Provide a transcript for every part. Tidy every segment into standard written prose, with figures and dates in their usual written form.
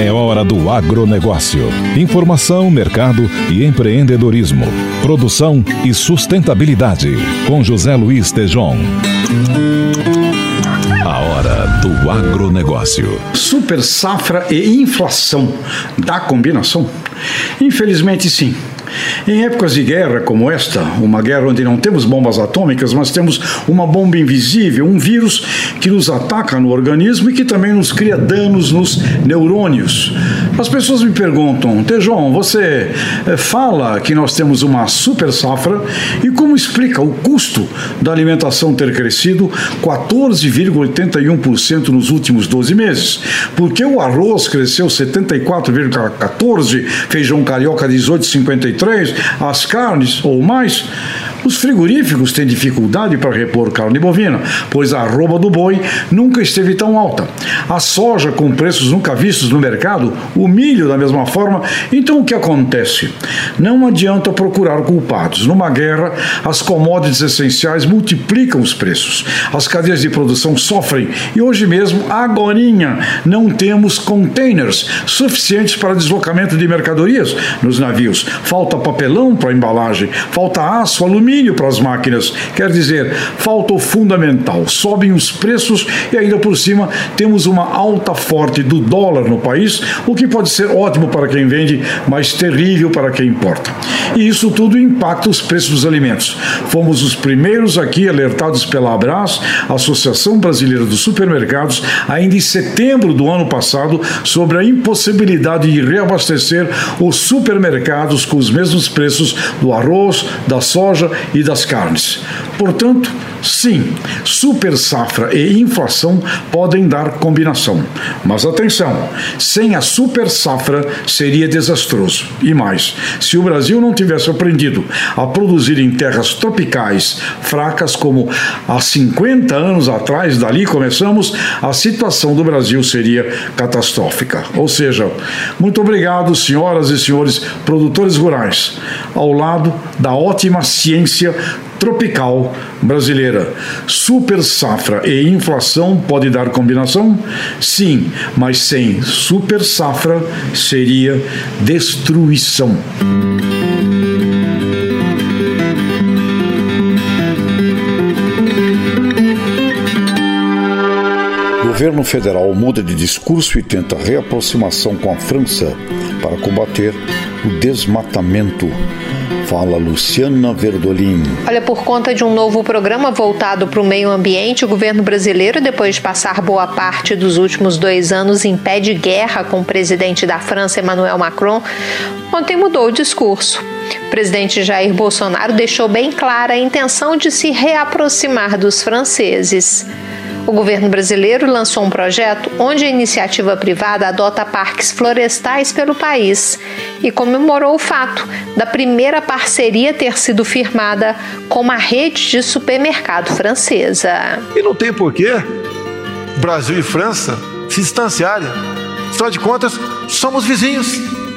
É hora do agronegócio. Informação, mercado e empreendedorismo. Produção e sustentabilidade. Com José Luiz Tejon. A hora do agronegócio. Super safra e inflação. Dá combinação? Infelizmente, sim. Em épocas de guerra como esta, uma guerra onde não temos bombas atômicas, mas temos uma bomba invisível, um vírus que nos ataca no organismo e que também nos cria danos nos neurônios. As pessoas me perguntam: Tejon, você fala que nós temos uma super safra e como explica o custo da alimentação ter crescido 14,81% nos últimos 12 meses? Porque o arroz cresceu 74,14%, feijão carioca 18,53%, as carnes ou mais. Os frigoríficos têm dificuldade para repor carne bovina, pois a arroba do boi nunca esteve tão alta. A soja com preços nunca vistos no mercado, o milho da mesma forma. Então o que acontece? Não adianta procurar culpados. Numa guerra, as commodities essenciais multiplicam os preços. As cadeias de produção sofrem e hoje mesmo, agorinha, não temos containers suficientes para deslocamento de mercadorias nos navios. Falta papelão para embalagem, falta aço, alumínio para as máquinas. Quer dizer, falta o fundamental. Sobem os preços e ainda por cima temos uma alta forte do dólar no país, o que pode ser ótimo para quem vende, mas terrível para quem importa. E isso tudo impacta os preços dos alimentos. Fomos os primeiros aqui alertados pela Abras, Associação Brasileira dos Supermercados, ainda em setembro do ano passado, sobre a impossibilidade de reabastecer os supermercados com os mesmos preços do arroz, da soja e das carnes. Portanto, sim, super safra e inflação podem dar combinação. Mas atenção, sem a super safra seria desastroso. E mais, se o Brasil não tivesse aprendido a produzir em terras tropicais fracas como há 50 anos atrás, dali começamos, a situação do Brasil seria catastrófica. Ou seja, muito obrigado, senhoras e senhores produtores rurais, ao lado da ótima ciência tropical brasileira. Super safra e inflação pode dar combinação? Sim, mas sem super safra seria destruição. O governo federal muda de discurso e tenta reaproximação com a França para combater o desmatamento. Fala Luciana Verdolim. Olha, por conta de um novo programa voltado para o meio ambiente, o governo brasileiro, depois de passar boa parte dos últimos 2 anos em pé de guerra com o presidente da França, Emmanuel Macron, ontem mudou o discurso. O presidente Jair Bolsonaro deixou bem clara a intenção de se reaproximar dos franceses. O governo brasileiro lançou um projeto onde a iniciativa privada adota parques florestais pelo país e comemorou o fato da primeira parceria ter sido firmada com uma rede de supermercado francesa. E não tem porquê Brasil e França se distanciarem. Afinal de contas, somos vizinhos.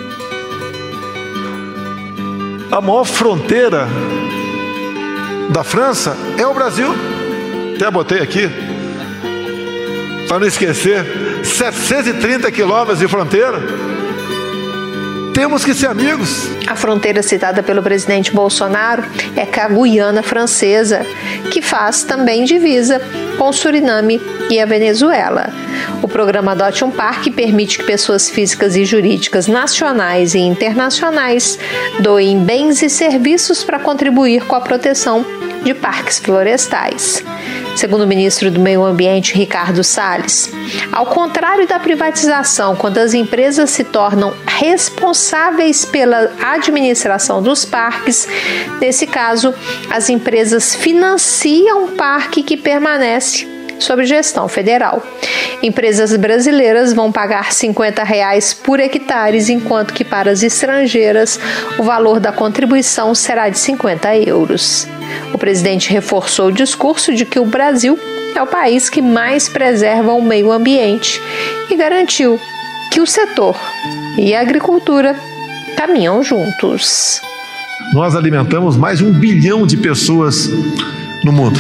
A maior fronteira da França é o Brasil. Até botei aqui, para não esquecer, 730 quilômetros de fronteira. Temos que ser amigos. A fronteira citada pelo presidente Bolsonaro é com a Guiana Francesa, que faz também divisa com o Suriname e a Venezuela. O programa Adote um Parque permite que pessoas físicas e jurídicas nacionais e internacionais doem bens e serviços para contribuir com a proteção de parques florestais. Segundo o ministro do Meio Ambiente, Ricardo Salles, ao contrário da privatização, quando as empresas se tornam responsáveis pela administração dos parques, nesse caso, as empresas financiam um parque que permanece sob gestão federal. Empresas brasileiras vão pagar R$ 50 por hectare, enquanto que para as estrangeiras o valor da contribuição será de €50. O presidente reforçou o discurso de que o Brasil é o país que mais preserva o meio ambiente e garantiu que o setor e a agricultura caminham juntos. Nós alimentamos mais de 1 bilhão de pessoas no mundo.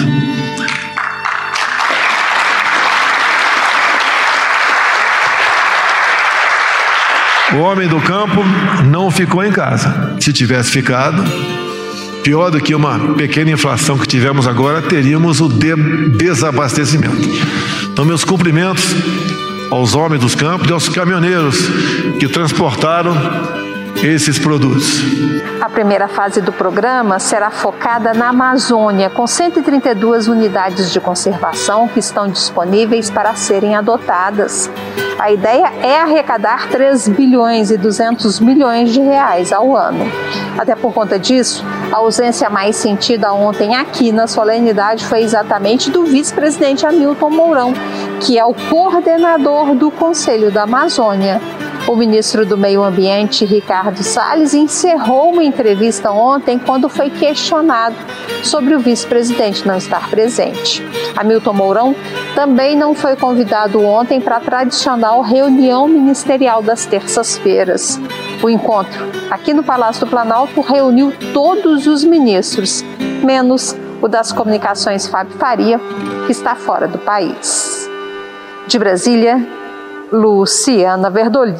O homem do campo não ficou em casa. Se tivesse ficado, pior do que uma pequena inflação que tivemos agora, teríamos o desabastecimento. Então, meus cumprimentos aos homens dos campos e aos caminhoneiros que transportaram esses produtos. A primeira fase do programa será focada na Amazônia, com 132 unidades de conservação que estão disponíveis para serem adotadas. A ideia é arrecadar 3 bilhões e 200 milhões de reais ao ano. Até por conta disso, a ausência mais sentida ontem aqui na solenidade foi exatamente do vice-presidente Hamilton Mourão, que é o coordenador do Conselho da Amazônia. O ministro do Meio Ambiente, Ricardo Salles, encerrou uma entrevista ontem quando foi questionado sobre o vice-presidente não estar presente. Hamilton Mourão também não foi convidado ontem para a tradicional reunião ministerial das terças-feiras. O encontro aqui no Palácio do Planalto reuniu todos os ministros, menos o das Comunicações, Fábio Faria, que está fora do país. De Brasília, Luciana Verdolim.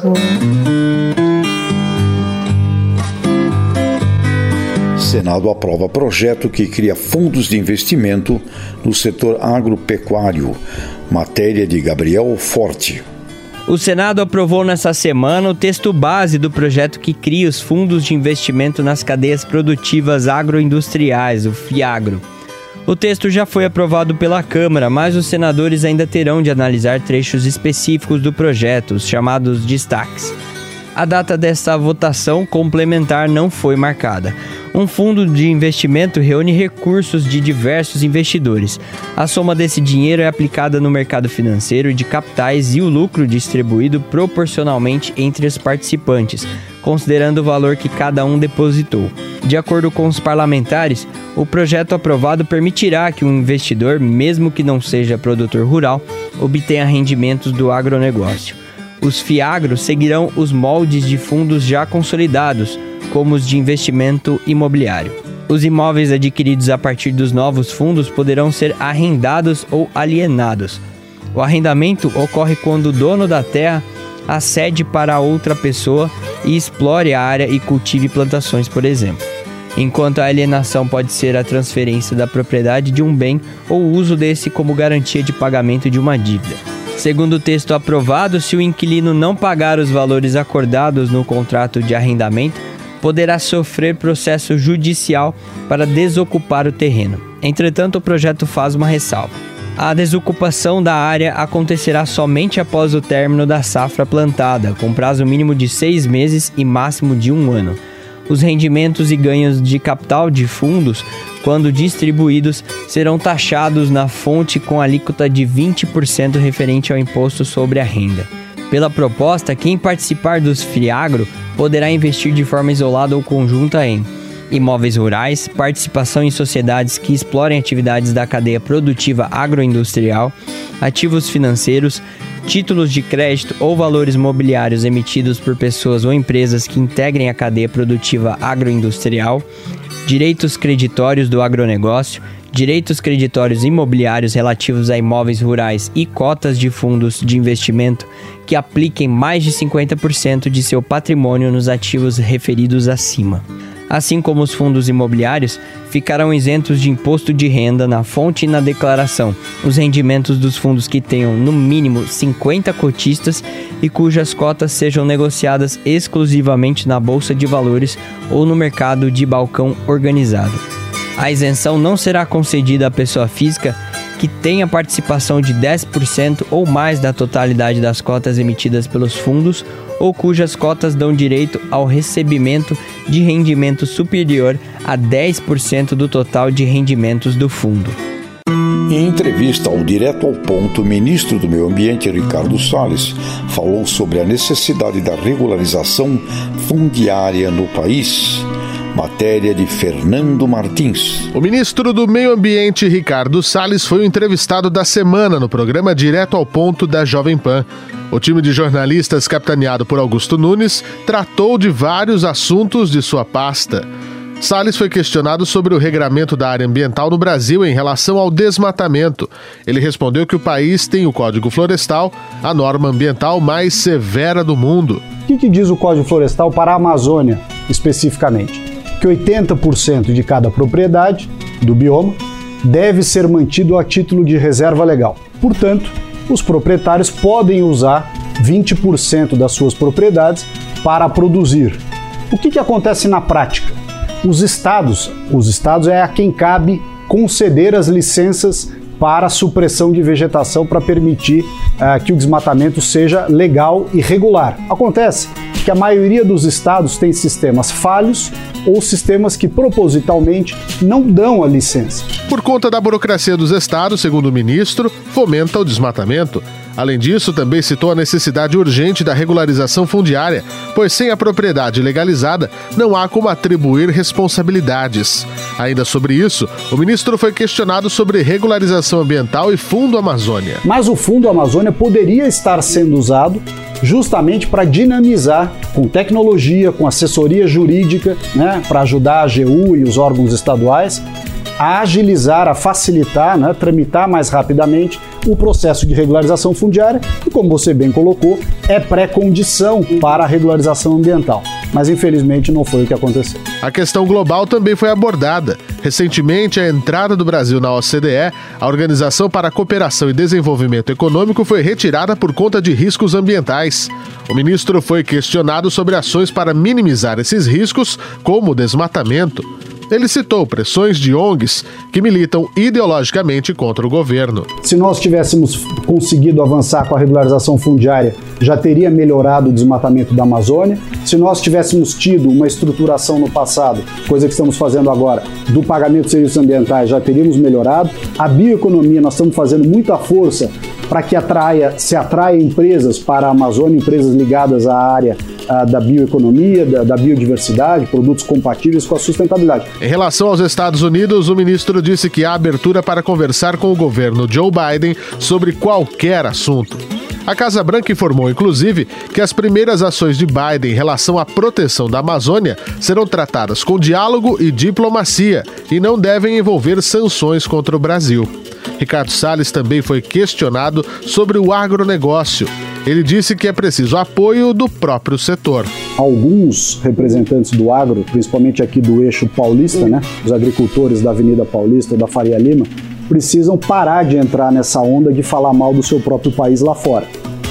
Senado aprova projeto que cria fundos de investimento no setor agropecuário. Matéria de Gabriel Forte. O Senado aprovou nesta semana o texto base do projeto que cria os fundos de investimento nas cadeias produtivas agroindustriais, o FIAGRO. O texto já foi aprovado pela Câmara, mas os senadores ainda terão de analisar trechos específicos do projeto, os chamados destaques. A data desta votação complementar não foi marcada. Um fundo de investimento reúne recursos de diversos investidores. A soma desse dinheiro é aplicada no mercado financeiro de capitais e o lucro distribuído proporcionalmente entre os participantes, considerando o valor que cada um depositou. De acordo com os parlamentares, o projeto aprovado permitirá que um investidor, mesmo que não seja produtor rural, obtenha rendimentos do agronegócio. Os FIAGROS seguirão os moldes de fundos já consolidados, como os de investimento imobiliário. Os imóveis adquiridos a partir dos novos fundos poderão ser arrendados ou alienados. O arrendamento ocorre quando o dono da terra a cede para outra pessoa e explore a área e cultive plantações, por exemplo. Enquanto a alienação pode ser a transferência da propriedade de um bem ou o uso desse como garantia de pagamento de uma dívida. Segundo o texto aprovado, se o inquilino não pagar os valores acordados no contrato de arrendamento, poderá sofrer processo judicial para desocupar o terreno. Entretanto, o projeto faz uma ressalva. A desocupação da área acontecerá somente após o término da safra plantada, com prazo mínimo de 6 meses e máximo de 1 ano. Os rendimentos e ganhos de capital de fundos, quando distribuídos, serão taxados na fonte com alíquota de 20% referente ao imposto sobre a renda. Pela proposta, quem participar dos FIAGRO poderá investir de forma isolada ou conjunta em imóveis rurais, participação em sociedades que explorem atividades da cadeia produtiva agroindustrial, ativos financeiros, títulos de crédito ou valores mobiliários emitidos por pessoas ou empresas que integrem a cadeia produtiva agroindustrial, direitos creditórios do agronegócio, direitos creditórios imobiliários relativos a imóveis rurais e cotas de fundos de investimento que apliquem mais de 50% de seu patrimônio nos ativos referidos acima. Assim como os fundos imobiliários, ficarão isentos de imposto de renda na fonte e na declaração os rendimentos dos fundos que tenham no mínimo 50 cotistas e cujas cotas sejam negociadas exclusivamente na Bolsa de Valores ou no mercado de balcão organizado. A isenção não será concedida à pessoa física que tenha participação de 10% ou mais da totalidade das cotas emitidas pelos fundos ou cujas cotas dão direito ao recebimento de rendimento superior a 10% do total de rendimentos do fundo. Em entrevista ao Direto ao Ponto, o ministro do Meio Ambiente, Ricardo Salles, falou sobre a necessidade da regularização fundiária no país. Matéria de Fernando Martins. O ministro do Meio Ambiente, Ricardo Salles, foi o entrevistado da semana no programa Direto ao Ponto da Jovem Pan. O time de jornalistas capitaneado por Augusto Nunes tratou de vários assuntos de sua pasta. Salles foi questionado sobre o regramento da área ambiental no Brasil em relação ao desmatamento. Ele respondeu que o país tem o Código Florestal, a norma ambiental mais severa do mundo. O que diz o Código Florestal para a Amazônia, especificamente? Que 80% de cada propriedade do bioma deve ser mantido a título de reserva legal. Portanto, os proprietários podem usar 20% das suas propriedades para produzir. O que acontece na prática? Os estados é a quem cabe conceder as licenças para a supressão de vegetação para permitir que o desmatamento seja legal e regular. Acontece que a maioria dos estados tem sistemas falhos ou sistemas que propositalmente não dão a licença. Por conta da burocracia dos estados, segundo o ministro, fomenta o desmatamento. Além disso, também citou a necessidade urgente da regularização fundiária, pois sem a propriedade legalizada, não há como atribuir responsabilidades. Ainda sobre isso, o ministro foi questionado sobre regularização ambiental e Fundo Amazônia. Mas o Fundo Amazônia poderia estar sendo usado justamente para dinamizar, com tecnologia, com assessoria jurídica, para ajudar a AGU e os órgãos estaduais a agilizar, a facilitar, tramitar mais rapidamente o processo de regularização fundiária, que, como você bem colocou, é pré-condição para a regularização ambiental. Mas, infelizmente, não foi o que aconteceu. A questão global também foi abordada. Recentemente, a entrada do Brasil na OCDE, a Organização para a Cooperação e Desenvolvimento Econômico, foi retirada por conta de riscos ambientais. O ministro foi questionado sobre ações para minimizar esses riscos, como o desmatamento. Ele citou pressões de ONGs que militam ideologicamente contra o governo. Se nós tivéssemos conseguido avançar com a regularização fundiária, já teria melhorado o desmatamento da Amazônia. Se nós tivéssemos tido uma estruturação no passado, coisa que estamos fazendo agora, do pagamento de serviços ambientais, já teríamos melhorado. A bioeconomia, nós estamos fazendo muita força para que se atraia empresas para a Amazônia, empresas ligadas à área da bioeconomia, da biodiversidade, produtos compatíveis com a sustentabilidade. Em relação aos Estados Unidos, o ministro disse que há abertura para conversar com o governo Joe Biden sobre qualquer assunto. A Casa Branca informou, inclusive, que as primeiras ações de Biden em relação à proteção da Amazônia serão tratadas com diálogo e diplomacia e não devem envolver sanções contra o Brasil. Ricardo Salles também foi questionado sobre o agronegócio. Ele disse que é preciso apoio do próprio setor. Alguns representantes do agro, principalmente aqui do eixo paulista, os agricultores da Avenida Paulista, da Faria Lima, precisam parar de entrar nessa onda de falar mal do seu próprio país lá fora.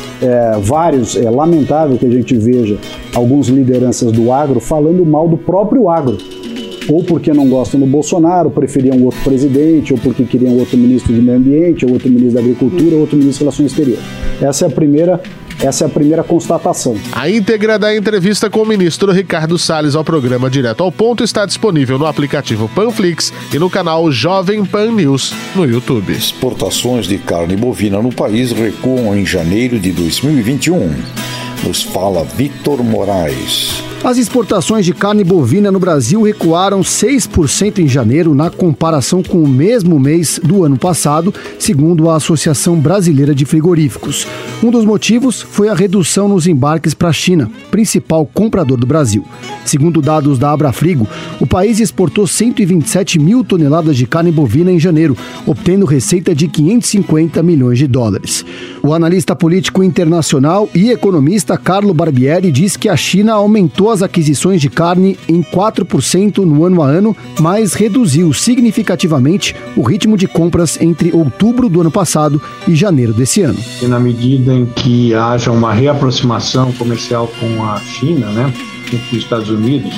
É lamentável que a gente veja algumas lideranças do agro falando mal do próprio agro. Ou porque não gostam do Bolsonaro, preferiam outro presidente, ou porque queriam outro ministro de meio ambiente, ou outro ministro da agricultura, ou outro ministro de relações exteriores. Essa é a primeira constatação. A íntegra da entrevista com o ministro Ricardo Salles ao programa Direto ao Ponto está disponível no aplicativo Panflix e no canal Jovem Pan News no YouTube. Exportações de carne bovina no país recuam em janeiro de 2021. Nos fala Vitor Moraes. As exportações de carne bovina no Brasil recuaram 6% em janeiro na comparação com o mesmo mês do ano passado, segundo a Associação Brasileira de Frigoríficos. Um dos motivos foi a redução nos embarques para a China, principal comprador do Brasil. Segundo dados da Abrafrigo, o país exportou 127 mil toneladas de carne bovina em janeiro, obtendo receita de 550 milhões de dólares. O analista político internacional e economista Carlo Barbieri diz que a China aumentou as aquisições de carne em 4% no ano a ano, mas reduziu significativamente o ritmo de compras entre outubro do ano passado e janeiro desse ano. E na medida em que haja uma reaproximação comercial com a China, entre os Estados Unidos,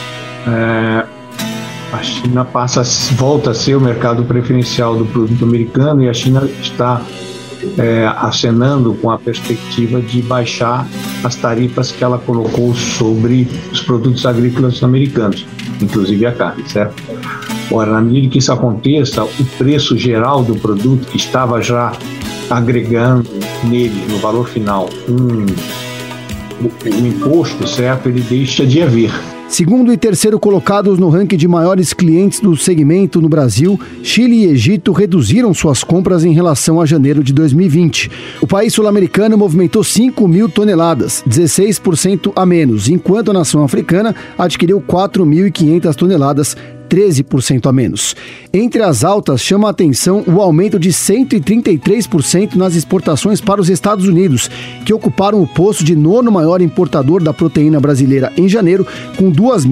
a China volta a ser o mercado preferencial do produto americano e a China está acenando com a perspectiva de baixar as tarifas que ela colocou sobre os produtos agrícolas americanos, inclusive a carne, certo? Ora, na medida que isso aconteça, o preço geral do produto que estava já agregando nele, no valor final, um imposto, certo? Ele deixa de haver. Segundo e terceiro colocados no ranking de maiores clientes do segmento no Brasil, Chile e Egito reduziram suas compras em relação a janeiro de 2020. O país sul-americano movimentou 5 mil toneladas, 16% a menos, enquanto a nação africana adquiriu 4.500 toneladas, 13% a menos. Entre as altas, chama a atenção o aumento de 133% nas exportações para os Estados Unidos, que ocuparam o posto de nono maior importador da proteína brasileira em janeiro, com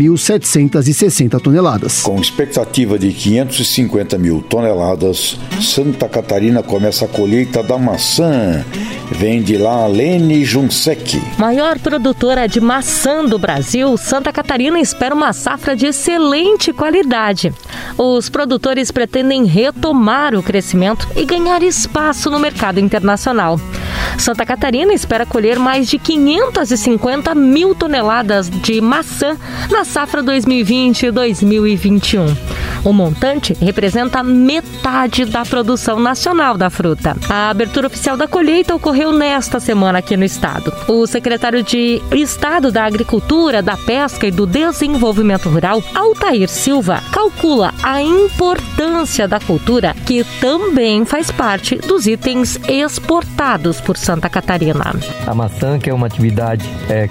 2.760 toneladas. Com expectativa de 550 mil toneladas, Santa Catarina começa a colheita da maçã. Vem de lá Lene Junsec. Maior produtora de maçã do Brasil, Santa Catarina espera uma safra de excelente qualidade. Os produtores pretendem retomar o crescimento e ganhar espaço no mercado internacional. Santa Catarina espera colher mais de 550 mil toneladas de maçã na safra 2020 e 2021. O montante representa metade da produção nacional da fruta. A abertura oficial da colheita ocorreu nesta semana aqui no estado. O secretário de Estado da Agricultura, da Pesca e do Desenvolvimento Rural, Altair Silva, calcula a importância da cultura, que também faz parte dos itens exportados por Santa Catarina. A maçã, que é uma atividade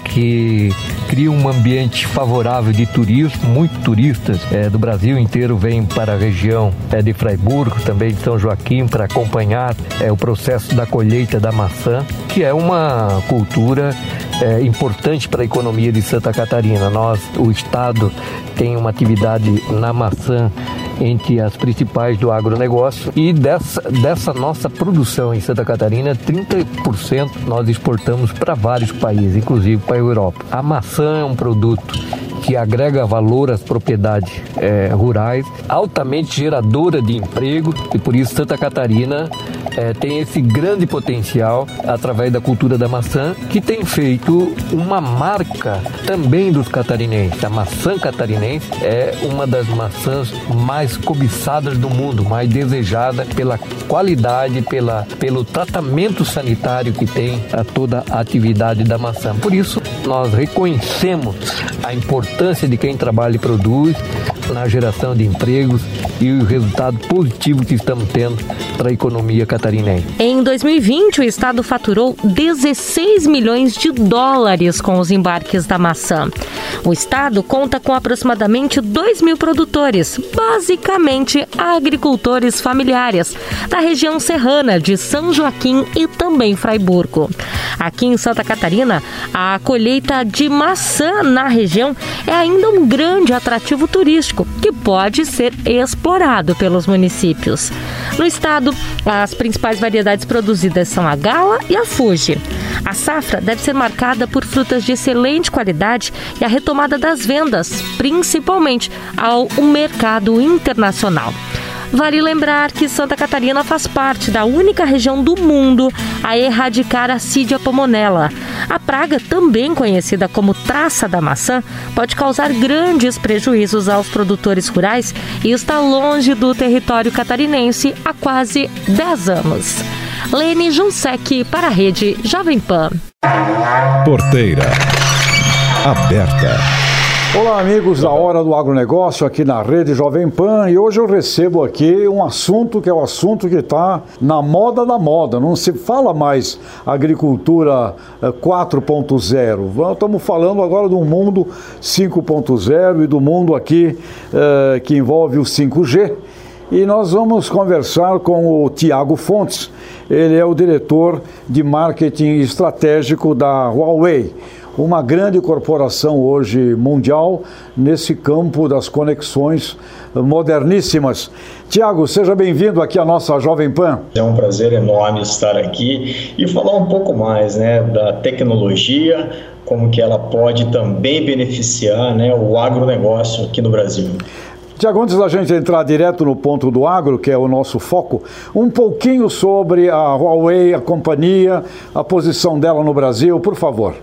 que cria um ambiente favorável de turismo, muitos turistas do Brasil inteiro vêm para a região de Fraiburgo, também de São Joaquim, para acompanhar o processo da colheita da maçã, que é uma cultura importante para a economia de Santa Catarina. O estado tem uma atividade na maçã entre as principais do agronegócio, e dessa nossa produção em Santa Catarina, 30% nós exportamos para vários países, inclusive para a Europa. A maçã é um produto que agrega valor às propriedades rurais, altamente geradora de emprego, e por isso Santa Catarina tem esse grande potencial através da cultura da maçã, que tem feito uma marca também dos catarinenses. A maçã catarinense é uma das maçãs mais cobiçadas do mundo, mais desejada pela qualidade, pelo tratamento sanitário que tem a toda a atividade da maçã. Por isso, nós reconhecemos a importância de quem trabalha e produz na geração de empregos e o resultado positivo que estamos tendo para a economia catarinense. Em 2020, o estado faturou 16 milhões de dólares com os embarques da maçã. O estado conta com aproximadamente 2 mil produtores, basicamente agricultores familiares, da região serrana de São Joaquim e também Fraiburgo. Aqui em Santa Catarina, a colheita de maçã na região é ainda um grande atrativo turístico que pode ser explorado pelos municípios. No estado, as principais variedades produzidas são a Gala e a Fuji. A safra deve ser marcada por frutas de excelente qualidade e a retomada das vendas, principalmente ao mercado internacional. Vale lembrar que Santa Catarina faz parte da única região do mundo a erradicar a Psydia pomonella. A praga, também conhecida como traça da maçã, pode causar grandes prejuízos aos produtores rurais e está longe do território catarinense há quase 10 anos. Lene Junsec para a Rede Jovem Pan. Porteira aberta. Olá, amigos da Hora do Agronegócio aqui na Rede Jovem Pan, e hoje eu recebo aqui um assunto que é o assunto que está na moda da moda. Não se fala mais agricultura 4.0. Estamos falando agora do mundo 5.0 e do mundo aqui que envolve o 5G. E nós vamos conversar com o Tiago Fontes. Ele é o diretor de marketing estratégico da Huawei, uma grande corporação hoje mundial nesse campo das conexões moderníssimas. Tiago, seja bem-vindo aqui à nossa Jovem Pan. É um prazer enorme estar aqui e falar um pouco mais, da tecnologia, como que ela pode também beneficiar, o agronegócio aqui no Brasil. Tiago, antes da gente entrar direto no ponto do agro, que é o nosso foco, um pouquinho sobre a Huawei, a companhia, a posição dela no Brasil, por favor.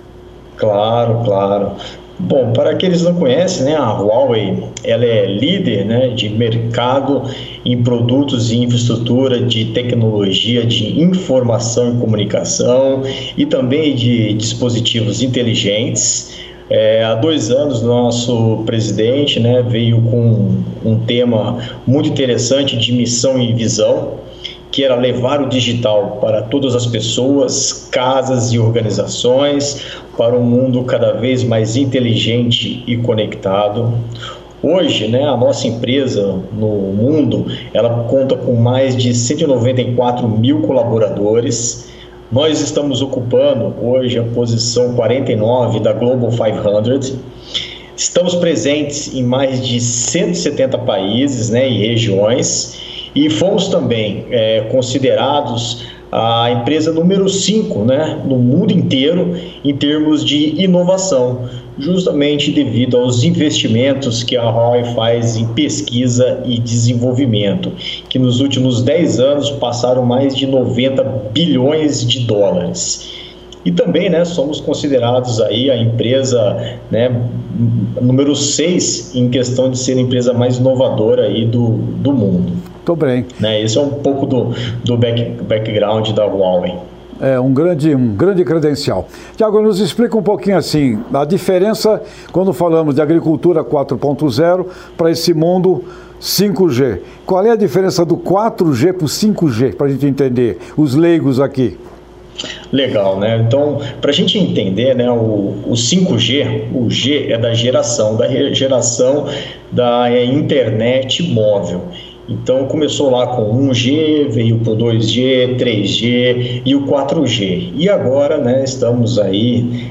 Claro. Bom, para aqueles que não conhecem, a Huawei, ela é líder, de mercado em produtos e infraestrutura de tecnologia de informação e comunicação e também de dispositivos inteligentes. Há 2 anos, nosso presidente, né, veio com um tema muito interessante de missão e visão, que era levar o digital para todas as pessoas, casas e organizações, para um mundo cada vez mais inteligente e conectado. Hoje, né, a nossa empresa no mundo, ela conta com mais de 194 mil colaboradores. Nós estamos ocupando hoje a posição 49 da Global 500. Estamos presentes em mais de 170 países, né, e regiões, e fomos também considerados a empresa número 5, né, no mundo inteiro em termos de inovação, justamente devido aos investimentos que a Huawei faz em pesquisa e desenvolvimento, que nos últimos 10 anos passaram mais de 90 bilhões de dólares. E também, né, somos considerados aí a empresa, né, número 6 em questão de ser a empresa mais inovadora aí do mundo. Tô bem. Né, esse é um pouco do background da Huawei. É um grande credencial. Tiago, nos explica um pouquinho assim, a diferença quando falamos de agricultura 4.0 para esse mundo 5G. Qual é a diferença do 4G para o 5G, para a gente entender, os leigos aqui? Legal, né? Então, para a gente entender, né, o 5G, o G é da geração da internet móvel. Então, começou lá com 1G, veio para o 2G, 3G e o 4G. E agora, né, estamos aí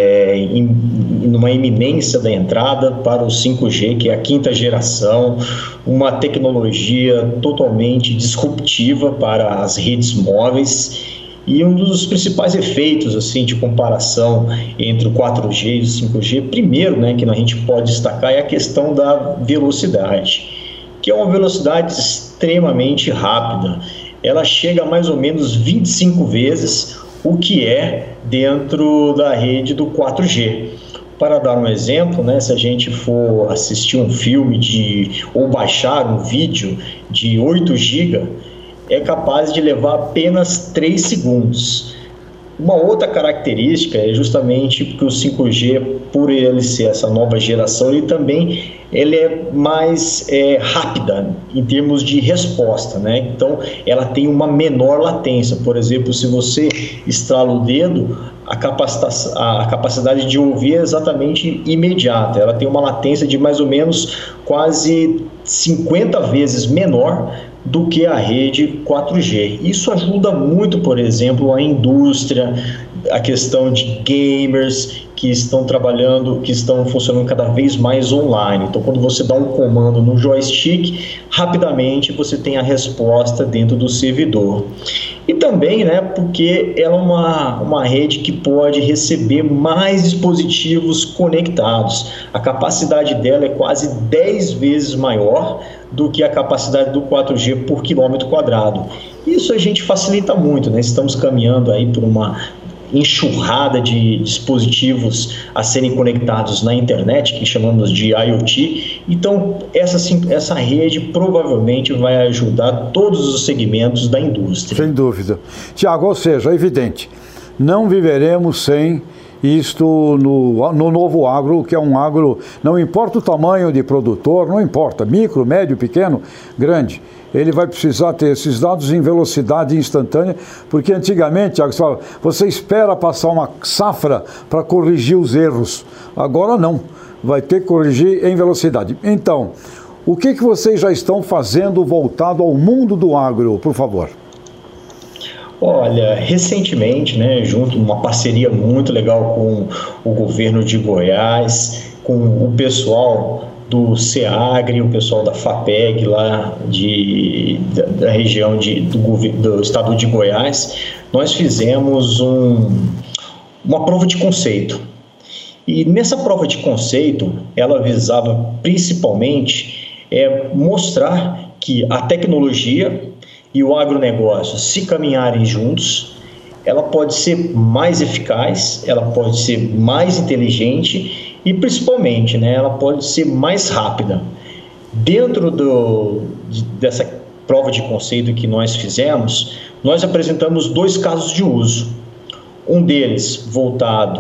numa iminência da entrada para o 5G, que é a 5ª geração, uma tecnologia totalmente disruptiva para as redes móveis. E um dos principais efeitos assim, de comparação entre o 4G e o 5G, primeiro, né, que a gente pode destacar, é a questão da velocidade, que é uma velocidade extremamente rápida. Ela chega a mais ou menos 25 vezes o que é dentro da rede do 4G. Para dar um exemplo, né, se a gente for assistir um filme ou baixar um vídeo de 8 GB, é capaz de levar apenas 3 segundos. Uma outra característica é justamente porque o 5G, por ele ser essa nova geração, ele é mais rápida em termos de resposta, né? Então, ela tem uma menor latência. Por exemplo, se você estrala o dedo, a capacidade de ouvir é exatamente imediata. Ela tem uma latência de mais ou menos quase 50 vezes menor do que a rede 4G. Isso ajuda muito, por exemplo, a indústria, a questão de gamers que estão trabalhando, que estão funcionando cada vez mais online. Então, quando você dá um comando no joystick, rapidamente você tem a resposta dentro do servidor. E também, né, porque ela é uma rede que pode receber mais dispositivos conectados. A capacidade dela é quase 10 vezes maior do que a capacidade do 4G por quilômetro quadrado. Isso a gente facilita muito, né? Estamos caminhando aí por uma enxurrada de dispositivos a serem conectados na internet, que chamamos de IoT. Então, essa rede provavelmente vai ajudar todos os segmentos da indústria. Sem dúvida. Tiago, ou seja, é evidente, não viveremos sem isto no novo agro, que é um agro, não importa o tamanho de produtor, não importa, micro, médio, pequeno, grande, ele vai precisar ter esses dados em velocidade instantânea, porque antigamente, você espera passar uma safra para corrigir os erros, agora não, vai ter que corrigir em velocidade. Então, o que vocês já estão fazendo voltado ao mundo do agro, por favor? Olha, recentemente, né, junto uma parceria muito legal com o governo de Goiás, com o pessoal do SEAGRE, o pessoal da FAPEG lá da região do estado de Goiás, nós fizemos uma prova de conceito. E nessa prova de conceito, ela visava principalmente mostrar que a tecnologia e o agronegócio, se caminharem juntos, ela pode ser mais eficaz, ela pode ser mais inteligente e, principalmente, né, ela pode ser mais rápida. Dentro dessa prova de conceito que nós fizemos, nós apresentamos 2 casos de uso. Um deles voltado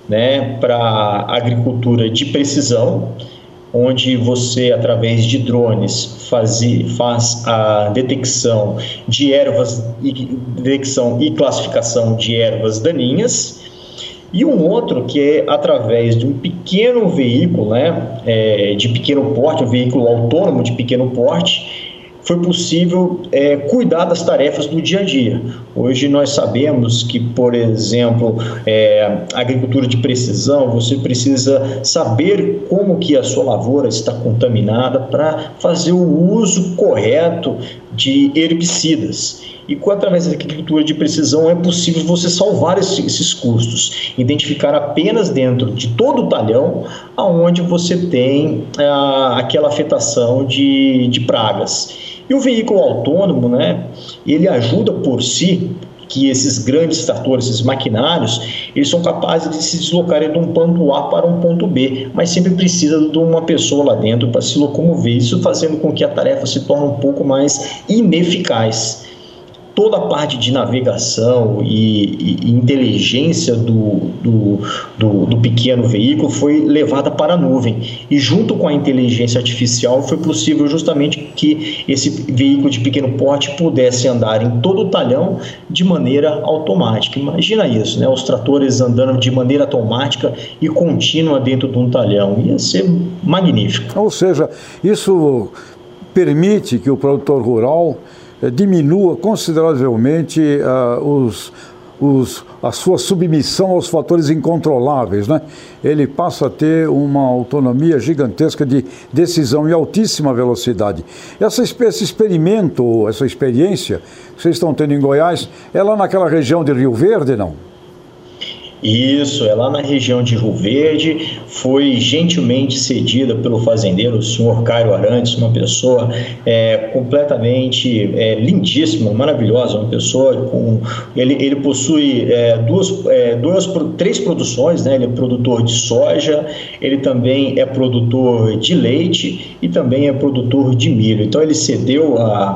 né, para agricultura de precisão, onde você, através de drones, faz a detecção de ervas, detecção e classificação de ervas daninhas, e um outro que é através de um pequeno veículo, né, de pequeno porte, um veículo autônomo de pequeno porte, foi possível cuidar das tarefas do dia a dia. Hoje nós sabemos que, por exemplo, a agricultura de precisão, você precisa saber como que a sua lavoura está contaminada para fazer o uso correto de herbicidas. E através da agricultura de precisão é possível você salvar esses custos, identificar apenas dentro de todo o talhão aonde você tem aquela afetação de pragas. E o veículo autônomo, né, ele ajuda por si que esses grandes tratores, esses maquinários, eles são capazes de se deslocarem de um ponto A para um ponto B, mas sempre precisa de uma pessoa lá dentro para se locomover, isso fazendo com que a tarefa se torne um pouco mais ineficaz. Toda a parte de navegação e inteligência do pequeno veículo foi levada para a nuvem. E junto com a inteligência artificial foi possível justamente que esse veículo de pequeno porte pudesse andar em todo o talhão de maneira automática. Imagina isso, né? Os tratores andando de maneira automática e contínua dentro de um talhão. Ia ser magnífico. Ou seja, isso permite que o produtor rural diminua consideravelmente a sua submissão aos fatores incontroláveis, né? Ele passa a ter uma autonomia gigantesca de decisão em altíssima velocidade. Esse experimento, essa experiência que vocês estão tendo em Goiás, é lá naquela região de Rio Verde, não? Isso, é lá na região de Rio Verde, foi gentilmente cedida pelo fazendeiro, o senhor Cairo Arantes, uma pessoa completamente lindíssima, maravilhosa, uma pessoa ele possui três produções, né? Ele é produtor de soja, ele também é produtor de leite e também é produtor de milho. Então ele cedeu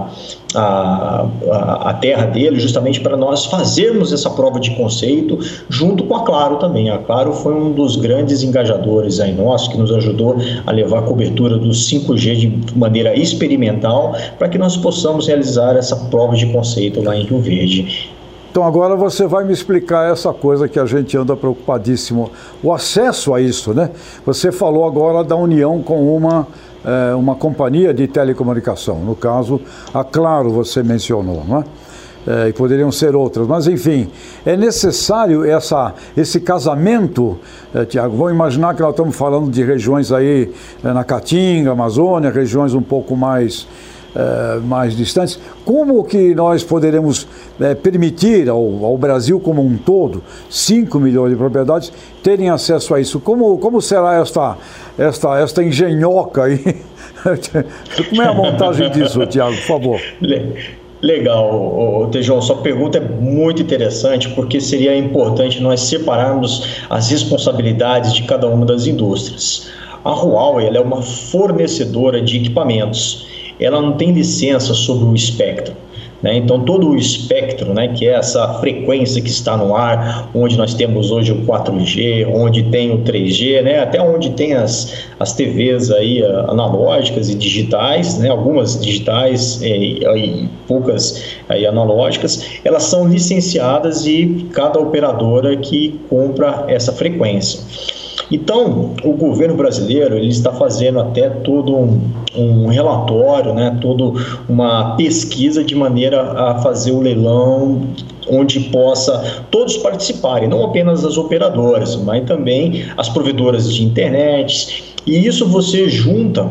a terra dele justamente para nós fazermos essa prova de conceito junto com a Claro também. A Claro foi um dos grandes engajadores aí nossos, que nos ajudou a levar a cobertura do 5G de maneira experimental para que nós possamos realizar essa prova de conceito lá em Rio Verde. Então agora você vai me explicar essa coisa que a gente anda preocupadíssimo, o acesso a isso, né? Você falou agora da união com uma companhia de telecomunicação, no caso, a Claro você mencionou, não é? E poderiam ser outras, mas enfim, é necessário esse casamento, Tiago. Vamos imaginar que nós estamos falando de regiões aí na Caatinga, Amazônia, regiões um pouco mais distantes. Como que nós poderemos permitir ao Brasil como um todo, 5 milhões de propriedades, terem acesso a isso? Como será esta engenhoca aí? Como é a montagem disso, Tiago, por favor? Legal, Tejão, sua pergunta é muito interessante, porque seria importante nós separarmos as responsabilidades de cada uma das indústrias. A Huawei, ela é uma fornecedora de equipamentos, ela não tem licença sobre o espectro, né? Então todo o espectro, né, que é essa frequência que está no ar, onde nós temos hoje o 4G, onde tem o 3G, né, até onde tem as TVs aí analógicas e digitais, né, algumas digitais e poucas aí analógicas, elas são licenciadas e cada operadora que compra essa frequência. Então, o governo brasileiro ele está fazendo até todo um relatório, né, toda uma pesquisa de maneira a fazer o leilão onde possa todos participarem, não apenas as operadoras, mas também as provedoras de internet. E isso você junta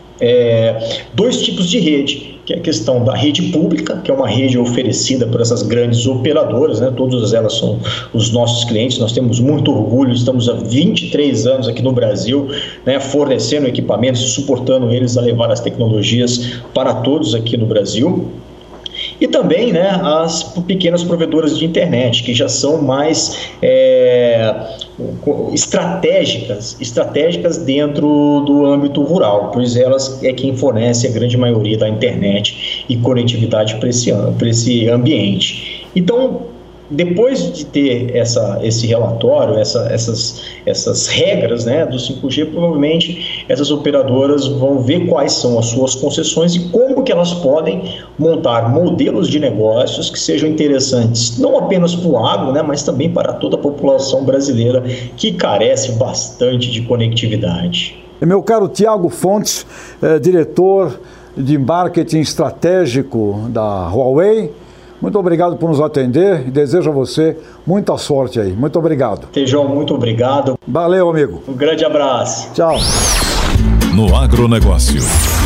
dois tipos de rede, que é a questão da rede pública, que é uma rede oferecida por essas grandes operadoras, né? Todas elas são os nossos clientes, nós temos muito orgulho, estamos há 23 anos aqui no Brasil, né, fornecendo equipamentos e suportando eles a levar as tecnologias para todos aqui no Brasil. E também, né, as pequenas provedoras de internet, que já são mais estratégicas dentro do âmbito rural, pois elas é quem fornece a grande maioria da internet e conectividade para esse ambiente. Então, depois de ter esse relatório, essas regras, né, do 5G, provavelmente essas operadoras vão ver quais são as suas concessões e como que elas podem montar modelos de negócios que sejam interessantes, não apenas para o agro, né, mas também para toda a população brasileira que carece bastante de conectividade. Meu caro Tiago Fontes, diretor de marketing estratégico da Huawei, muito obrigado por nos atender e desejo a você muita sorte aí. Muito obrigado. Tejão, muito obrigado. Valeu, amigo. Um grande abraço. Tchau. No agronegócio.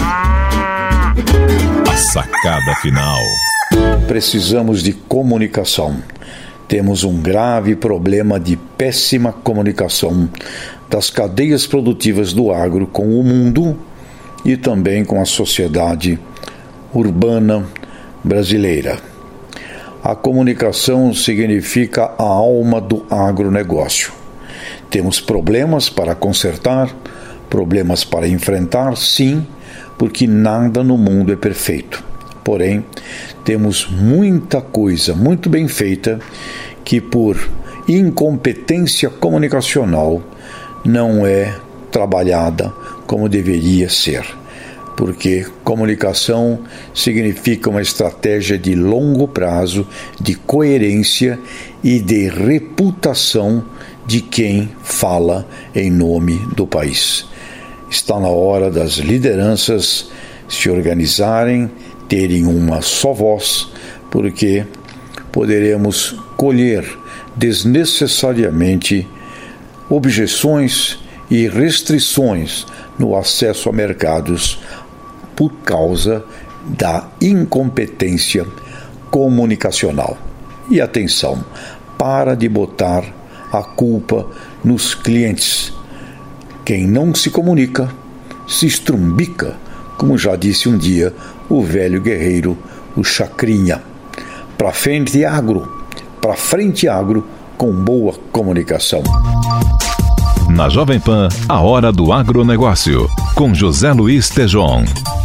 A sacada final. Precisamos de comunicação. Temos um grave problema de péssima comunicação das cadeias produtivas do agro com o mundo e também com a sociedade urbana brasileira. A comunicação significa a alma do agronegócio. Temos problemas para consertar, problemas para enfrentar, sim, porque nada no mundo é perfeito. Porém, temos muita coisa muito bem feita que, por incompetência comunicacional, não é trabalhada como deveria ser. Porque comunicação significa uma estratégia de longo prazo, de coerência e de reputação de quem fala em nome do país. Está na hora das lideranças se organizarem, terem uma só voz, porque poderemos colher desnecessariamente objeções e restrições no acesso a mercados por causa da incompetência comunicacional. E atenção, para de botar a culpa nos clientes. Quem não se comunica, se estrumbica, como já disse um dia o velho guerreiro, o Chacrinha. Para frente agro com boa comunicação. Na Jovem Pan, a hora do agronegócio, com José Luiz Tejon.